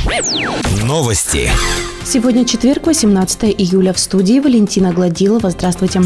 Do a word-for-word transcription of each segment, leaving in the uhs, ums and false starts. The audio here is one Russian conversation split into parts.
Новости. Сегодня четверг, восемнадцатое июля. В студии Валентина Гладилова. Здравствуйте.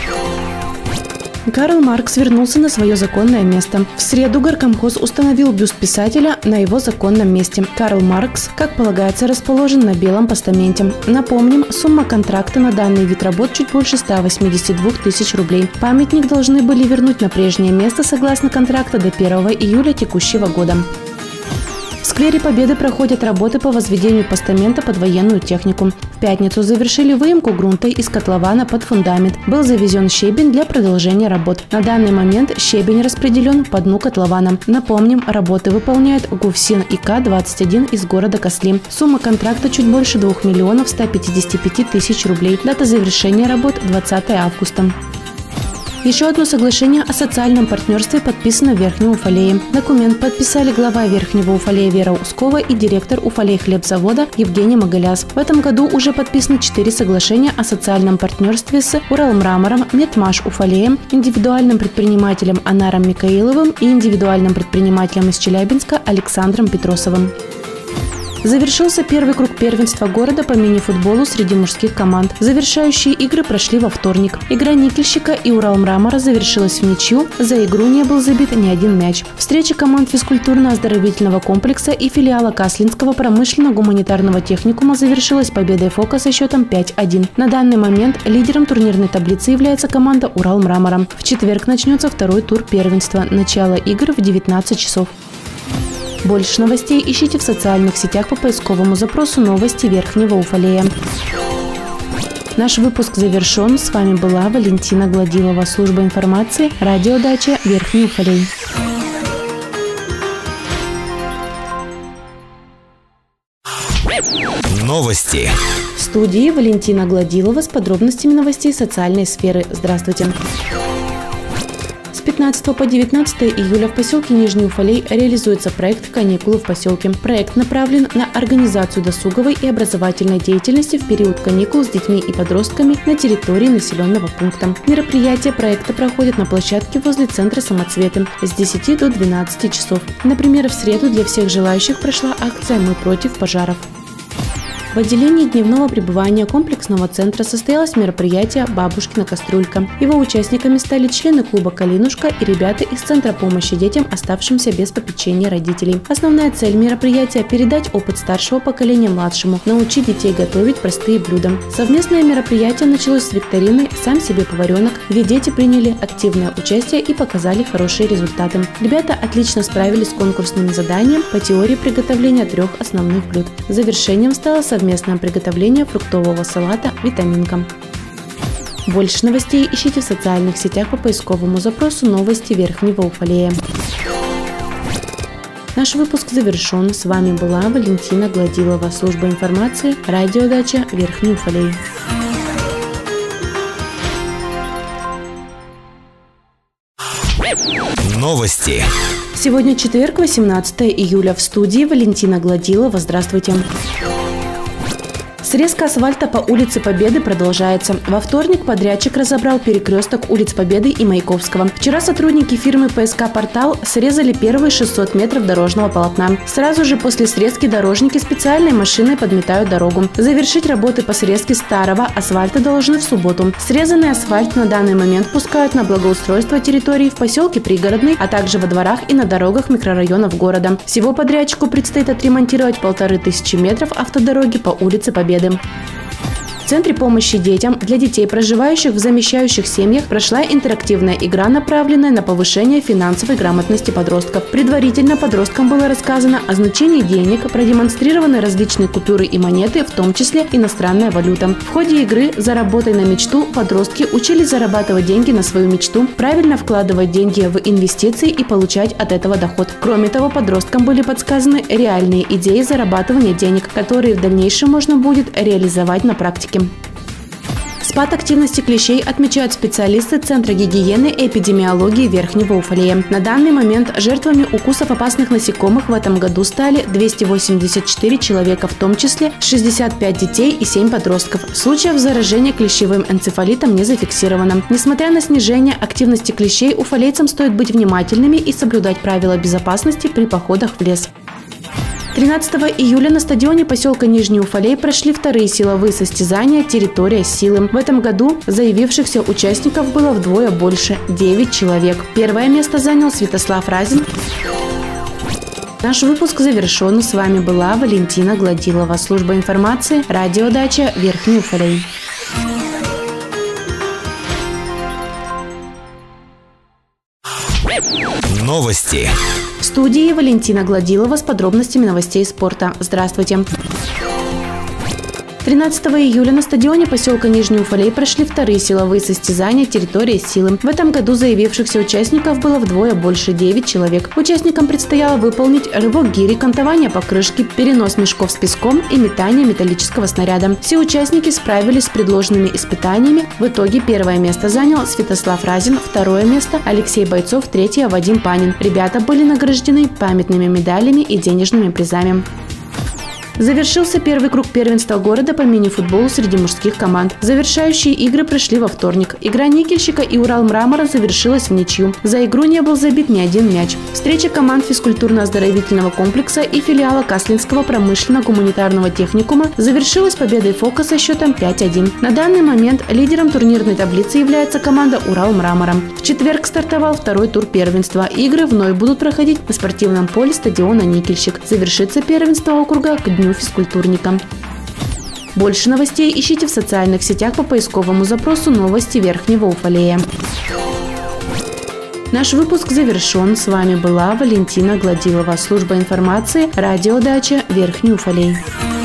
Карл Маркс вернулся на свое законное место. В среду горкомхоз установил бюст писателя на его законном месте. Карл Маркс, как полагается, расположен на белом постаменте. Напомним, сумма контракта на данный вид работ чуть больше ста восьмидесяти двух тысяч рублей. Памятник должны были вернуть на прежнее место согласно контракта до первого июля текущего года. В сквере Победы проходят работы по возведению постамента под военную технику. В пятницу завершили выемку грунта из котлована под фундамент. Был завезен щебень для продолжения работ. На данный момент щебень распределен по дну котлована. Напомним, работы выполняет ГУФСИН ИК двадцать один из города Косли. Сумма контракта чуть больше двух миллионов ста пятидесяти пяти тысяч рублей. Дата завершения работ двадцатое августа. Еще одно соглашение о социальном партнерстве подписано в Верхнем Уфалее. Документ подписали глава Верхнего Уфалея Вера Ускова и директор Уфалей хлебзавода Евгений Магаляс. В этом году уже подписаны четыре соглашения о социальном партнерстве с Уралмрамором, Метмаш Уфалеем, индивидуальным предпринимателем Анаром Микаиловым и индивидуальным предпринимателем из Челябинска Александром Петросовым. Завершился первый круг первенства города по мини-футболу среди мужских команд. Завершающие игры прошли во вторник. Игра Никельщика и Уралмрамора завершилась в ничью. За игру не был забит ни один мяч. Встреча команд физкультурно-оздоровительного комплекса и филиала Каслинского промышленно-гуманитарного техникума завершилась победой ФОКа со счетом пять один. На данный момент лидером турнирной таблицы является команда Уралмрамора. В четверг начнется второй тур первенства. Начало игр в девятнадцать часов. Больше новостей ищите в социальных сетях по поисковому запросу «Новости Верхнего Уфалея». Наш выпуск завершен. С вами была Валентина Гладилова. Служба информации. Радиодача Верхний Уфалей. Новости. В студии Валентина Гладилова с подробностями новостей социальной сферы. Здравствуйте. С пятнадцатого по девятнадцатое июля в поселке Нижний Уфалей реализуется проект «Каникулы в поселке». Проект направлен на организацию досуговой и образовательной деятельности в период каникул с детьми и подростками на территории населенного пункта. Мероприятия проекта проходят на площадке возле центра «Самоцветы» с десяти до двенадцати часов. Например, в среду для всех желающих прошла акция «Мы против пожаров». В отделении дневного пребывания комплексного центра состоялось мероприятие «Бабушкина кастрюлька». Его участниками стали члены клуба «Калинушка» и ребята из Центра помощи детям, оставшимся без попечения родителей. Основная цель мероприятия – передать опыт старшего поколения младшему, научить детей готовить простые блюда. Совместное мероприятие началось с викторины «Сам себе поваренок», где дети приняли активное участие и показали хорошие результаты. Ребята отлично справились с конкурсным заданием по теории приготовления трех основных блюд. Завершением стало совместное Местное приготовление фруктового салата «Витаминка». Больше новостей ищите в социальных сетях по поисковому запросу «Новости Верхнего Уфалея». Наш выпуск завершен. С вами была Валентина Гладилова. Служба информации. Радиодача Верхний Уфалей. Новости. Сегодня четверг, восемнадцатое июля. В студии Валентина Гладилова. Здравствуйте. Срезка асфальта по улице Победы продолжается. Во вторник подрядчик разобрал перекресток улиц Победы и Маяковского. Вчера сотрудники фирмы ПСК «Портал» срезали первые шестьсот метров дорожного полотна. Сразу же после срезки дорожники специальной машиной подметают дорогу. Завершить работы по срезке старого асфальта должны в субботу. Срезанный асфальт на данный момент пускают на благоустройство территорий в поселке Пригородный, а также во дворах и на дорогах микрорайонов города. Всего подрядчику предстоит отремонтировать полторы тысячи метров автодороги по улице Победы. В Центре помощи детям для детей, проживающих в замещающих семьях, прошла интерактивная игра, направленная на повышение финансовой грамотности подростков. Предварительно подросткам было рассказано о значении денег, продемонстрированы различные купюры и монеты, в том числе иностранная валюта. В ходе игры «Заработай на мечту» подростки учились зарабатывать деньги на свою мечту, правильно вкладывать деньги в инвестиции и получать от этого доход. Кроме того, подросткам были подсказаны реальные идеи зарабатывания денег, которые в дальнейшем можно будет реализовать на практике. Спад активности клещей отмечают специалисты Центра гигиены и эпидемиологии Верхнего Уфалея. На данный момент жертвами укусов опасных насекомых в этом году стали двести восемьдесят четыре человека, в том числе шестьдесят пять детей и семь подростков. Случаев заражения клещевым энцефалитом не зафиксировано. Несмотря на снижение активности клещей, уфалейцам стоит быть внимательными и соблюдать правила безопасности при походах в лес. тринадцатого июля на стадионе поселка Нижний Уфалей прошли вторые силовые состязания «Территория силы». В этом году заявившихся участников было вдвое больше – девять человек. Первое место занял Святослав Разин. Наш выпуск завершен. С вами была Валентина Гладилова. Служба информации, радиодача Верхний Уфалей. Новости. В студии Валентина Гладилова с подробностями новостей спорта. Здравствуйте. тринадцатого июля на стадионе поселка Нижний Уфалей прошли вторые силовые состязания «Территория силы». В этом году заявившихся участников было вдвое больше – девять человек. Участникам предстояло выполнить рывок гири, кантование покрышки, перенос мешков с песком и метание металлического снаряда. Все участники справились с предложенными испытаниями. В итоге первое место занял Святослав Разин, второе место – Алексей Бойцов, третье – Вадим Панин. Ребята были награждены памятными медалями и денежными призами. Завершился первый круг первенства города по мини-футболу среди мужских команд. Завершающие игры прошли во вторник. Игра Никельщика и Уралмрамора завершилась в ничью. За игру не был забит ни один мяч. Встреча команд физкультурно-оздоровительного комплекса и филиала Каслинского промышленно-гуманитарного техникума завершилась победой ФОКа со счетом пять один. На данный момент лидером турнирной таблицы является команда Уралмрамора. В четверг стартовал второй тур первенства. Игры вновь будут проходить на спортивном поле стадиона Никельщик. Завершится первенство округа к дню физкультурника. Больше новостей ищите в социальных сетях по поисковому запросу «Новости Верхнего Уфалея». Наш выпуск завершен. С вами была Валентина Гладилова. Служба информации, радиодача Верхний Уфалей.